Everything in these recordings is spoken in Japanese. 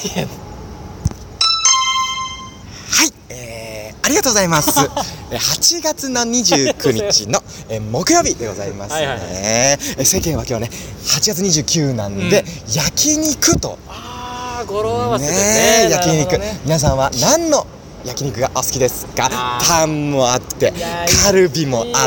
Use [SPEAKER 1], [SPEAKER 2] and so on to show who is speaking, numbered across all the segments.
[SPEAKER 1] はい、ありがとうございます。8月の29日の木曜日でございますね。世間は今日ね、8月29なんで、焼肉と。
[SPEAKER 2] 語呂合わせですね。
[SPEAKER 1] 焼肉。皆さんは何の焼肉がお好きですか？タンもあって、カルビもあって、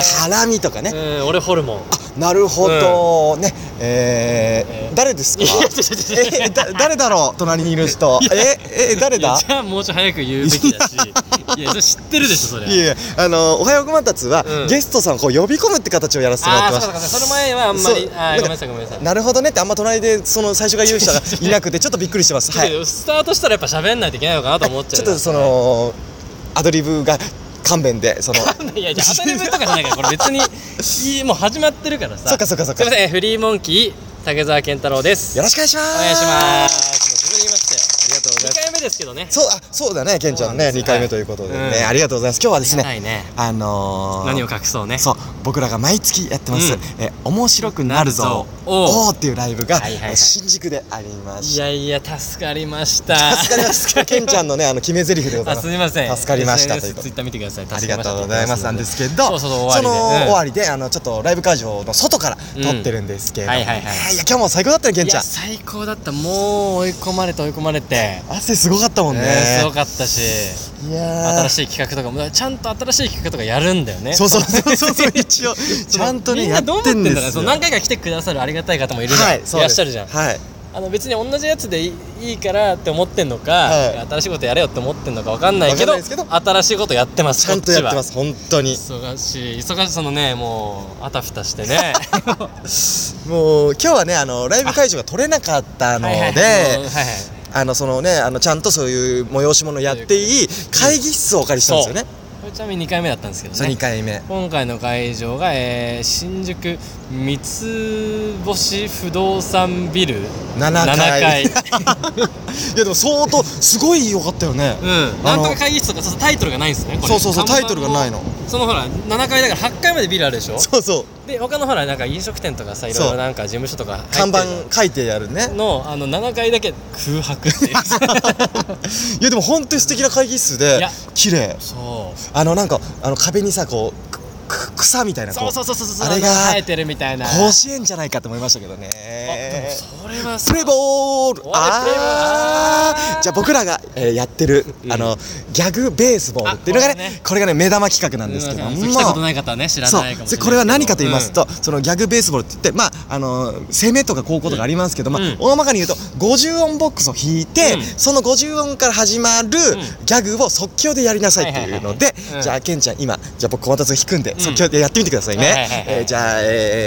[SPEAKER 1] ハラミとかね。
[SPEAKER 2] 俺ホルモン。
[SPEAKER 1] なるほどね。誰ですか？誰だろう、隣にいる人。誰だ？
[SPEAKER 2] じゃあもうちょい早く言うべきだし。いや、知ってるでしょそれ。
[SPEAKER 1] いや、おはようごまたつはゲストさんをこう呼び込むって形をやらせてもらってました。
[SPEAKER 2] その前はあんまり。ごめんなさいごめんなさい。
[SPEAKER 1] なるほどねって、あんま隣でその最初が言う人がいなくてちょっとびっくりしてます。はい。
[SPEAKER 2] スタートしたらやっぱ喋んないといけないのかなと思っちゃう。
[SPEAKER 1] ちょっとそのアドリブが勘弁で、その
[SPEAKER 2] いや、じゃあアドリブとかじゃないから、これ別にもう始まってるからさ。
[SPEAKER 1] そっかそっかそっか。
[SPEAKER 2] すいません、フリーモンキー竹澤健太郎です。
[SPEAKER 1] よろしくお願いします。
[SPEAKER 2] お願いします。もう自分で言いましたよ。
[SPEAKER 1] ありがとうございます。
[SPEAKER 2] 2回目ですけどね。
[SPEAKER 1] そうだね、ケンちゃんね、2回目ということでね、ありがとうございます。今日はですね、何
[SPEAKER 2] を隠そうね。
[SPEAKER 1] そう、僕らが毎月やってます面白くなるぞおーっていうライブが新宿でありました。
[SPEAKER 2] いやいや、助かりました。
[SPEAKER 1] 助かりました。ケンちゃんのね、決め台詞でございます。
[SPEAKER 2] すみません、
[SPEAKER 1] 助かりましたということで、
[SPEAKER 2] ツイッター見てください。
[SPEAKER 1] ありがとうございますなんですけど、その終わりでちょっとライブ会場の外から撮ってるんですけど、いや今日も最高だったね、ケンちゃん。
[SPEAKER 2] 最高だった。もう追い込まれて
[SPEAKER 1] 汗すごかったもんね。
[SPEAKER 2] すごかったし、いや、新しい企画とかもちゃんと新しい企画とかやるんだよね。
[SPEAKER 1] そう一応ちゃんとねやってんですよ。
[SPEAKER 2] 何回か来てくださるありがたい方もいらっしゃるじゃん。別に同じやつでいいからって思ってんのか、新しいことやれよって思ってんのか分かんないけど、新しいことやってます。
[SPEAKER 1] ちゃんとやってます、本当に。
[SPEAKER 2] 忙しいそのね、もうあたふたしてね。
[SPEAKER 1] もう今日はね、ライブ会場が取れなかったので、そのね、ちゃんとそういう催し物やっていい会議室をお借りしたんですよね。
[SPEAKER 2] ちなみに2回目だったんですけどね。
[SPEAKER 1] 2回目。
[SPEAKER 2] 今回の会場が新宿三つ星不動産ビル7階。い
[SPEAKER 1] やでも相当すごい良かったよね。
[SPEAKER 2] なんとか会議室とかタイトルがないんですね。
[SPEAKER 1] そうタイトルがないの。
[SPEAKER 2] そのほら7階だから8階までビルあるでしょ。
[SPEAKER 1] そう
[SPEAKER 2] で他のほらなんか飲食店とかさ、いろいろなんか事務所とか
[SPEAKER 1] 看板書いてあるね
[SPEAKER 2] の7階だけ空白っていう。
[SPEAKER 1] いやでも本当に素敵な会議室で綺麗。そうなんか壁にさ、こう草みたいな、
[SPEAKER 2] そう
[SPEAKER 1] あれが
[SPEAKER 2] 生えてるみたいな、
[SPEAKER 1] 甲子園じゃないかと思いましたけどね。
[SPEAKER 2] でもそれは
[SPEAKER 1] プレーボール。じゃあ僕らがやってるギャグベースボールっていうのがね、これがね目玉企画なんですけども、
[SPEAKER 2] 来たことない方はね知らないかもしれない。
[SPEAKER 1] これは何かと言いますと、そのギャグベースボールって言って、攻めとか高校とかありますけど、大まかに言うと50音ボックスを弾いて、その50音から始まるギャグを即興でやりなさいっていうので、じゃあケンちゃん今、じゃあ僕小松弾くんで即興でやってみてくださいね。じゃあ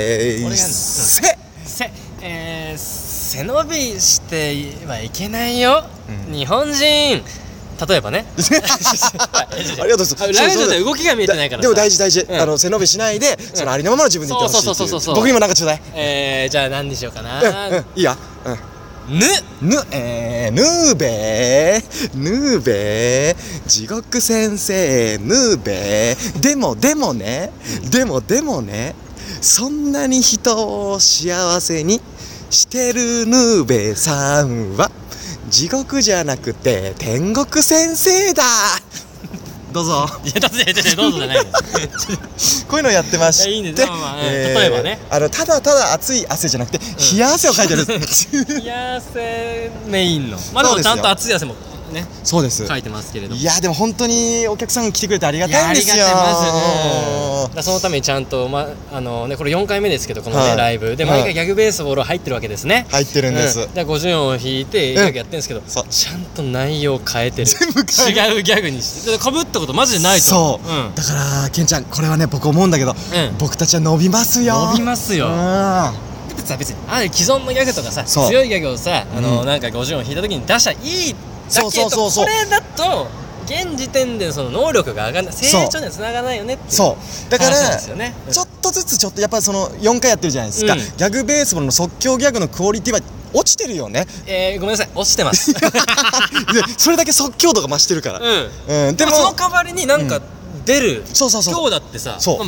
[SPEAKER 2] 背伸びしてはいけないよ、日本人。例えばね。
[SPEAKER 1] ありがとうございます。
[SPEAKER 2] ラジオで動きが見えてないからさ。
[SPEAKER 1] でも大事背伸びしないで、そのありのままの自分で言ってほしいっていう。僕にもなんかちょうだい。
[SPEAKER 2] じゃあ何にしようかな。
[SPEAKER 1] いいや。ヌーベー地獄先生ヌーベー。でもね、そんなに人を幸せにしてるヌーベーさんは地獄じゃなくて天国先生だ。どうぞ。
[SPEAKER 2] いや、どうぞじゃないの。
[SPEAKER 1] こういうのやってまして、
[SPEAKER 2] 例えばね、
[SPEAKER 1] ただ熱い汗じゃなくて冷や汗をかいてる。
[SPEAKER 2] 冷や汗メインの。でもちゃんと熱い汗もね、
[SPEAKER 1] そうです
[SPEAKER 2] 書いてますけれども。
[SPEAKER 1] いやでも本当にお客さんが来てくれてありがたいんですよ。
[SPEAKER 2] そのためにちゃんとこれ4回目ですけど、このねライブで毎回ギャグベースボール入ってるわけですね。
[SPEAKER 1] 入ってるんです。
[SPEAKER 2] で50音を弾いてギャグやってるんですけど、ちゃんと内容を変えてる。違うギャグにしてかぶったことマジでないと。
[SPEAKER 1] そうだからケンちゃん、これはね僕思うんだけど、僕たちは伸びますよ。
[SPEAKER 2] 伸びますよ。だってさ、別に既存のギャグとかさ、強いギャグをさ、なんか50音弾いた時に出しゃいいだけど、これだと現時点でその能力が上がらない、成長にはつながらないよねっていう。そうだから
[SPEAKER 1] ちょっとずつやっぱりその4回やってるじゃないですか。ギャグベースボールの即興ギャグのクオリティは落ちてるよね。
[SPEAKER 2] ごめんなさい、落ちてます。
[SPEAKER 1] それだけ即興度が増してるから。
[SPEAKER 2] でもその代わりになんか出る。今日だってさ、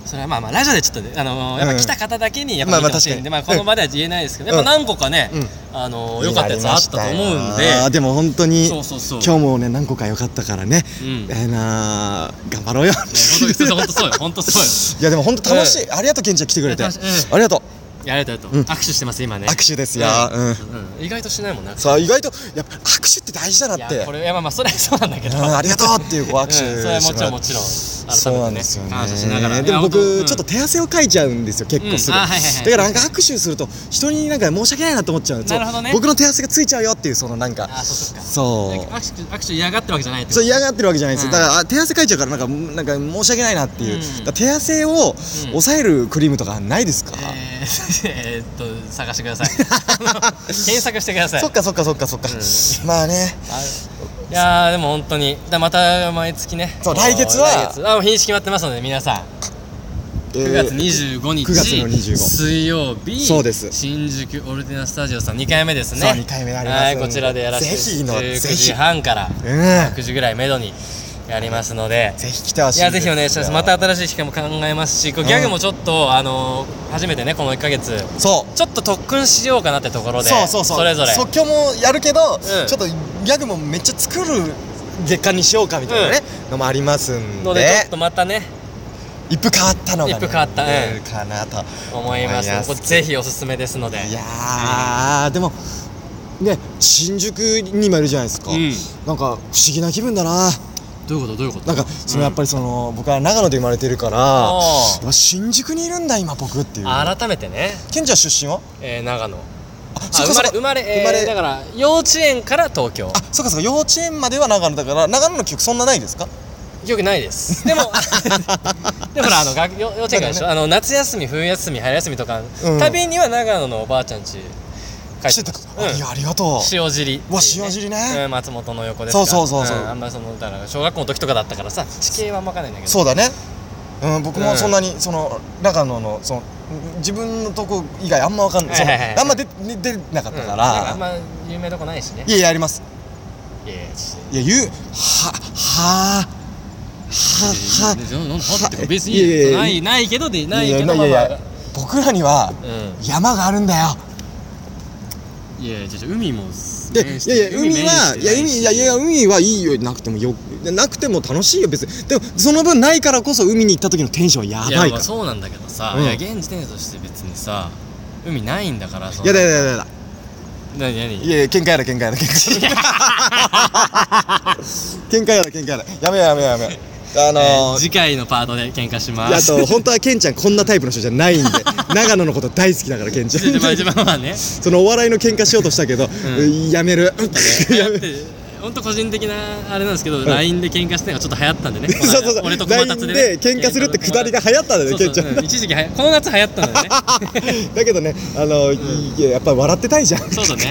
[SPEAKER 2] それはまあまあラジオでちょっとねやっぱ来た方だけにやっぱ見てほしいんで、まあこの場では言えないですけど、やっぱ何個かね良かったやつあったと思うんで、
[SPEAKER 1] でも本当に
[SPEAKER 2] 今日
[SPEAKER 1] もね何個か良かったからね、頑張ろうよ。
[SPEAKER 2] 本当そうよ、本当そうよ。
[SPEAKER 1] いやでも本当楽しい。ありがとうケンちゃん来てくれて、ありがとう。
[SPEAKER 2] いや、ありがとう。握手してます今ね。
[SPEAKER 1] 握手ですよ。
[SPEAKER 2] 意外としないもんな。
[SPEAKER 1] さあ意外とやっぱ握手って大事だなって。
[SPEAKER 2] これまあそれはそうなんだけど、
[SPEAKER 1] ありがとうっていう握手。
[SPEAKER 2] それはもちろん
[SPEAKER 1] そうなんですよね。
[SPEAKER 2] 感謝しながら。
[SPEAKER 1] でも僕ちょっと手汗をかいちゃうんですよ、結構すぐ。だからなんか握手すると人になんか申し訳ないなと思っちゃう。
[SPEAKER 2] なるほどね。
[SPEAKER 1] 僕の手汗がついちゃうよっていうそのなんか。そう。
[SPEAKER 2] 握手嫌がってるわけじゃない。
[SPEAKER 1] そう嫌がってるわけじゃないですよ。だから手汗かいちゃうからなんか申し訳ないなっていう。手汗を抑えるクリームとかないですか？
[SPEAKER 2] 探してください。検索してください。
[SPEAKER 1] そっか。まあね。
[SPEAKER 2] いやでも本当にまた毎月ね。
[SPEAKER 1] そう来月は
[SPEAKER 2] 日にち決まってますので皆さん。9月25日水曜日、
[SPEAKER 1] そうです。
[SPEAKER 2] 新宿オルテナスタジオさん2回目ですね。
[SPEAKER 1] そう2回目あります。
[SPEAKER 2] こちらでやらせて19時半から9時ぐらいめどにやりますので、
[SPEAKER 1] ぜひ来てほしい。
[SPEAKER 2] いやぜひお願いします。また新しい機会も考えますし、ギャグもちょっと初めてねこの1ヶ月ちょっと特訓しようかなってところで、それぞれ
[SPEAKER 1] 即興もやるけどちょっとギャグもめっちゃ作る月間にしようかみたいなねのもありますんで、
[SPEAKER 2] のでちょっとまたね
[SPEAKER 1] 一風変わったのが
[SPEAKER 2] 一風変わった
[SPEAKER 1] かなと
[SPEAKER 2] 思います。ぜひおすすめですので。
[SPEAKER 1] いやでもね新宿に今いるじゃないですか。なんか不思議な気分だな。
[SPEAKER 2] どういうこと？
[SPEAKER 1] なんかやっぱり僕は長野で生まれてるから新宿にいるんだ今僕っていう。
[SPEAKER 2] 改めてね。
[SPEAKER 1] ケンちゃん出身は
[SPEAKER 2] 長野。生まれだから幼稚園から東京。
[SPEAKER 1] そうか幼稚園までは長野だから長野の記憶そんなないですか？
[SPEAKER 2] 記憶ないです。でもほら幼稚園からでしょ。夏休み冬休み春休みとか旅には長野のおばあちゃん家
[SPEAKER 1] 帰ってた。ありがとう。
[SPEAKER 2] 塩尻。
[SPEAKER 1] 塩尻ね。
[SPEAKER 2] 松本の横ですから。
[SPEAKER 1] そう。
[SPEAKER 2] あんまりだから小学校の時とかだったからさ地形は分かんないんだけど。
[SPEAKER 1] そうだね。僕もそんなに長野の自分のとこ以外あんま分かんない。あんま出なかったから。
[SPEAKER 2] あんま有名どこないしね。
[SPEAKER 1] いやあります。いや
[SPEAKER 2] 別にないけど
[SPEAKER 1] 僕らには山があるんだよ。
[SPEAKER 2] いや海も
[SPEAKER 1] 海はいいよ。なくても楽しいよ別に。でもその分ないからこそ海に行った時のテンションやばいから。
[SPEAKER 2] そうなんだけどさ、現時点として別にさ海ないんだから。
[SPEAKER 1] やだ
[SPEAKER 2] 何
[SPEAKER 1] いや喧嘩やだ喧嘩やめ
[SPEAKER 2] 次回のパートで喧嘩します。
[SPEAKER 1] あと本当はケンちゃんこんなタイプの人じゃないんで長野のこと大好きだからケンちゃんそのお笑いの喧嘩しようとしたけどやめる。
[SPEAKER 2] 本当個人的なあれなんですけど LINE で喧嘩してのがちょっと流行ったんでね。俺と
[SPEAKER 1] 小松で喧嘩するってくだりが流行ったんだよねケンちゃん。
[SPEAKER 2] 一時期この夏流行ったんだよね。
[SPEAKER 1] だけどねやっぱり笑ってたいじゃん。
[SPEAKER 2] そうだね。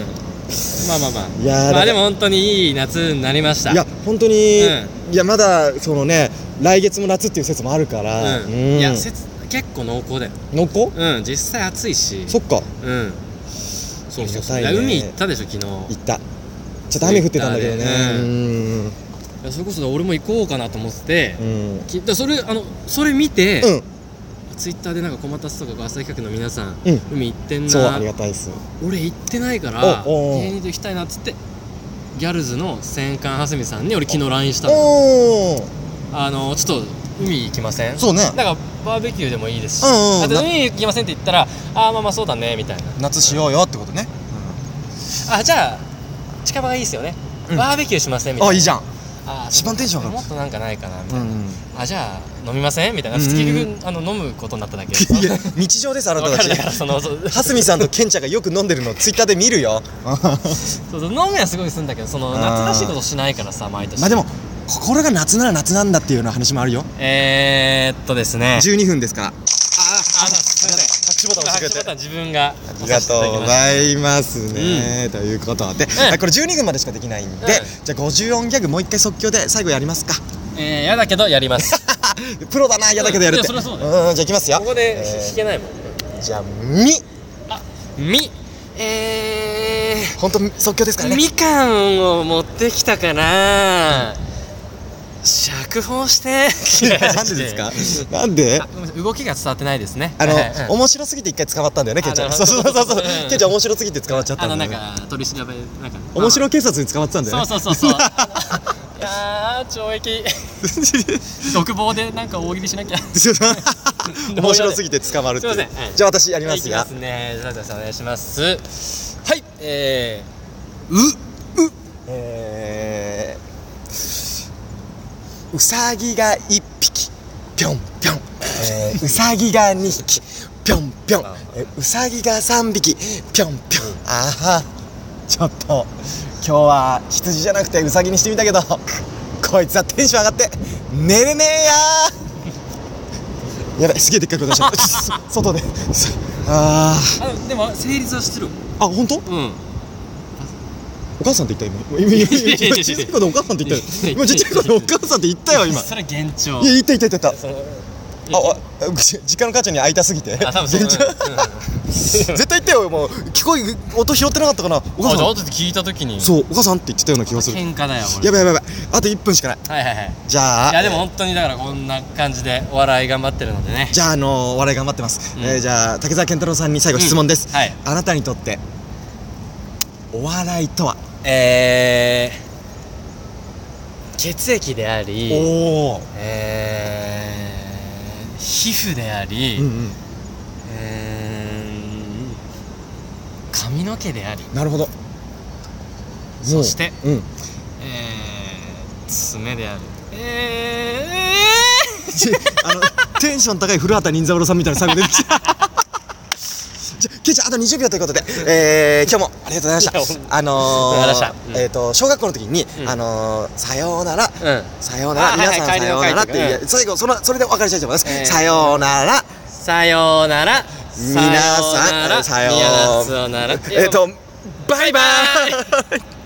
[SPEAKER 2] まあでも本当にいい夏になりました。
[SPEAKER 1] いや本当にいやまだ来月も夏っていう説もあるから。
[SPEAKER 2] いや結構濃厚だよ。
[SPEAKER 1] 濃厚？
[SPEAKER 2] 実際暑いし。
[SPEAKER 1] そっか。
[SPEAKER 2] そう海行ったでしょ昨日。
[SPEAKER 1] 行った。ちょっと雨降ってたんだけどね。
[SPEAKER 2] それこそ俺も行こうかなと思ってて、それ見てツイッターでなんか小松とか旭川区の皆さん海行ってんな。
[SPEAKER 1] そうありがたいです。
[SPEAKER 2] 俺行ってないから芸人と行きたいなっつってギャルズの戦艦蓮見さんに俺昨日 LINE したの。ちょっと海行きません？
[SPEAKER 1] そうね。
[SPEAKER 2] だからバーベキューでもいいですし、海行きませんって言ったらまあそうだねみたいな。
[SPEAKER 1] 夏しようよってことね。
[SPEAKER 2] じゃあ近場がいいですよね。バーベキューしませんみたいな。
[SPEAKER 1] いいじゃん。一番テンション上がる。
[SPEAKER 2] もっとなんかないかなみたいな。じゃあ飲みませんみたいな。結局飲むことになっただけ。
[SPEAKER 1] いや日常ですあなたたち。蓮見さんとケンちゃんがよく飲んでるのツイッターで見るよ。
[SPEAKER 2] 飲むはすごいするんだけど夏らしいことしないからさ毎年。
[SPEAKER 1] まあでも心が夏なら夏なんだっていうような話もあるよ。
[SPEAKER 2] ですね。
[SPEAKER 1] 12分ですから。
[SPEAKER 2] すみません。拍手ボタン押してくれて。自分が。
[SPEAKER 1] ありがとうございますね。ということで、これ12分までしかできないんで、じゃあ54ギャグもう一回即興で最後やりますか。
[SPEAKER 2] やだけどやります。
[SPEAKER 1] プロだな、やだけどやるって。じゃあいきますよ。
[SPEAKER 2] ここで弾けないもん。
[SPEAKER 1] じゃあ
[SPEAKER 2] 本当
[SPEAKER 1] 即興ですからね。
[SPEAKER 2] みかんを持ってきたかな。 釈放して
[SPEAKER 1] なんでですか？なんで？
[SPEAKER 2] 動きが伝わってないですね。
[SPEAKER 1] 面白すぎて一回捕まったんだよね、ケンちゃん。そうケンちゃん面白すぎて捕まっちゃったんだよね。
[SPEAKER 2] なんか取り調べなんか
[SPEAKER 1] 面白警察に捕まってたんだよね。
[SPEAKER 2] そういや懲役独房でなんか大喜利しなきゃ
[SPEAKER 1] 面白すぎて捕まるっていう。じゃあ私やりますよ。
[SPEAKER 2] いきますね。じゃあお願いします。はい。
[SPEAKER 1] うさぎが1匹ぴょんぴょん、うさぎが2匹ぴょんぴょん、うさぎが3匹ぴょんぴょん。ああ、ちょっと今日は羊じゃなくてうさぎにしてみたけど、こいつはテンション上がって寝れねえや。やばい、すげえでっかい声出しちゃった外で。
[SPEAKER 2] でも成立はしてる。
[SPEAKER 1] あ、本当？お母さんって言った今。ちっちゃい子でお母さんって言ったよ。今ちっちゃい子でお母さんって言ったよ今。
[SPEAKER 2] それ幻聴。
[SPEAKER 1] いや、言った。実家の母ちゃんに会いたすぎて。幻聴。絶対言ったよ。もう音拾ってなかったかな。お母さん。
[SPEAKER 2] 後で聞いた時に。
[SPEAKER 1] そう、お母さんって言ってたような気がする。
[SPEAKER 2] 喧嘩だよこれ。
[SPEAKER 1] やばい。あと1分しかない。じゃあ。
[SPEAKER 2] いやでも本当にだからこんな感じでお笑い頑張ってるのでね。
[SPEAKER 1] じゃあお笑い頑張ってます。じゃあ竹澤健太郎さんに最後質問です。あなたにとってお笑いとは？
[SPEAKER 2] 血液であり、皮膚であり、髪の毛であり。
[SPEAKER 1] なるほど。
[SPEAKER 2] そして爪である。
[SPEAKER 1] テンション高い古畑任三郎さんみたいな最後出てきた。ケンちゃんあと20秒ということで、今日もありがとうございました。小学校の時にさようなら、さようなら、皆さんさようならっていう、最後それでお別れしたいと思います。さようなら、
[SPEAKER 2] さようなら、
[SPEAKER 1] 皆さんさようなら、バイバーイ。